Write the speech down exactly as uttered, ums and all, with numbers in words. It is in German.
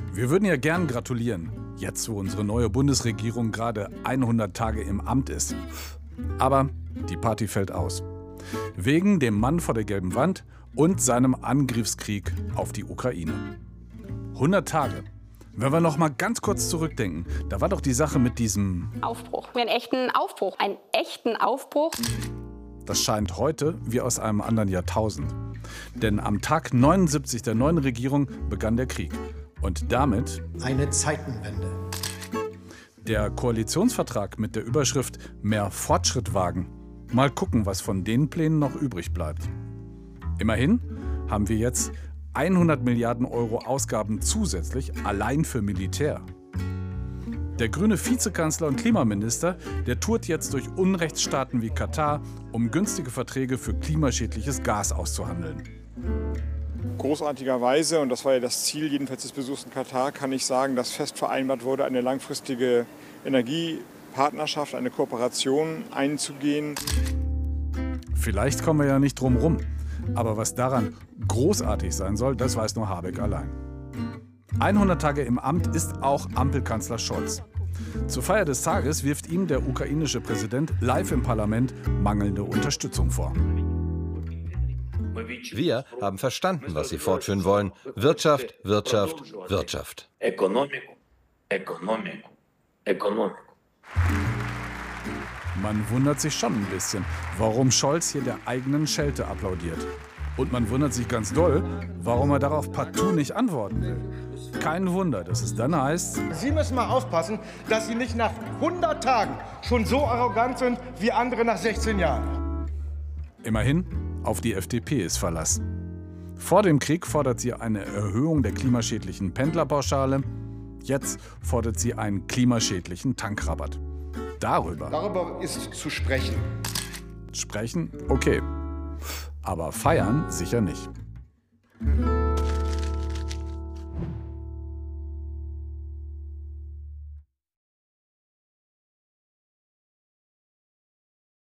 Wir würden ja gern gratulieren, jetzt wo unsere neue Bundesregierung gerade hundert Tage im Amt ist. Aber die Party fällt aus. Wegen dem Mann vor der gelben Wand und seinem Angriffskrieg auf die Ukraine. hundert Tage. Wenn wir noch mal ganz kurz zurückdenken, da war doch die Sache mit diesem Aufbruch. Einen echten Aufbruch. Einen echten Aufbruch. Das scheint heute wie aus einem anderen Jahrtausend. Denn am Tag neunundsiebzig der neuen Regierung begann der Krieg. Und damit eine Zeitenwende. Der Koalitionsvertrag mit der Überschrift Mehr Fortschritt wagen. Mal gucken, was von den Plänen noch übrig bleibt. Immerhin haben wir jetzt hundert Milliarden Euro Ausgaben zusätzlich allein für Militär. Der grüne Vizekanzler und Klimaminister, der tourt jetzt durch Unrechtsstaaten wie Katar, um günstige Verträge für klimaschädliches Gas auszuhandeln. Großartigerweise, und das war ja das Ziel jedenfalls des Besuchs in Katar, kann ich sagen, dass fest vereinbart wurde, eine langfristige Energiepartnerschaft, eine Kooperation einzugehen. Vielleicht kommen wir ja nicht drum rum. Aber was daran großartig sein soll, das weiß nur Habeck allein. hundert Tage im Amt ist auch Ampelkanzler Scholz. Zur Feier des Tages wirft ihm der ukrainische Präsident live im Parlament mangelnde Unterstützung vor. Wir haben verstanden, was Sie fortführen wollen. Wirtschaft, Wirtschaft, Wirtschaft. Man wundert sich schon ein bisschen, warum Scholz hier der eigenen Schelte applaudiert. Und man wundert sich ganz doll, warum er darauf partout nicht antworten will. Kein Wunder, dass es dann heißt: Sie müssen mal aufpassen, dass Sie nicht nach hundert Tagen schon so arrogant sind wie andere nach sechzehn Jahren. Immerhin, auf die F D P ist Verlass. Vor dem Krieg fordert sie eine Erhöhung der klimaschädlichen Pendlerpauschale. Jetzt fordert sie einen klimaschädlichen Tankrabatt. Darüber. Darüber ist zu sprechen. Sprechen? Okay. Aber feiern sicher nicht.